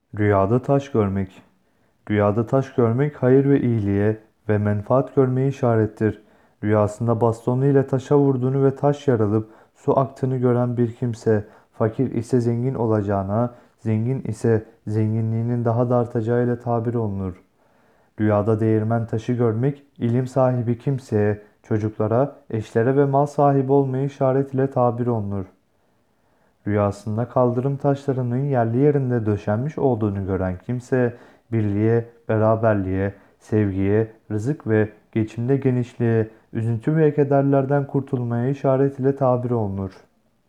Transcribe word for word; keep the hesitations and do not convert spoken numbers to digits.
Rüyada taş görmek. Rüyada taş görmek hayır ve iyiliğe ve menfaat görmeye işarettir. Rüyasında bastonlu ile taşa vurduğunu ve taş yarılıp su aktığını gören bir kimse, fakir ise zengin olacağına, zengin ise zenginliğinin daha da artacağıyla tabir olunur. Rüyada değirmen taşı görmek, ilim sahibi kimseye, çocuklara, eşlere ve mal sahibi olmaya işaret ile tabir olunur. Rüyasında kaldırım taşlarının yerli yerinde döşenmiş olduğunu gören kimse, birliğe, beraberliğe, sevgiye, rızık ve geçimde genişliğe, üzüntü ve kederlerden kurtulmaya işaret ile tabir olunur.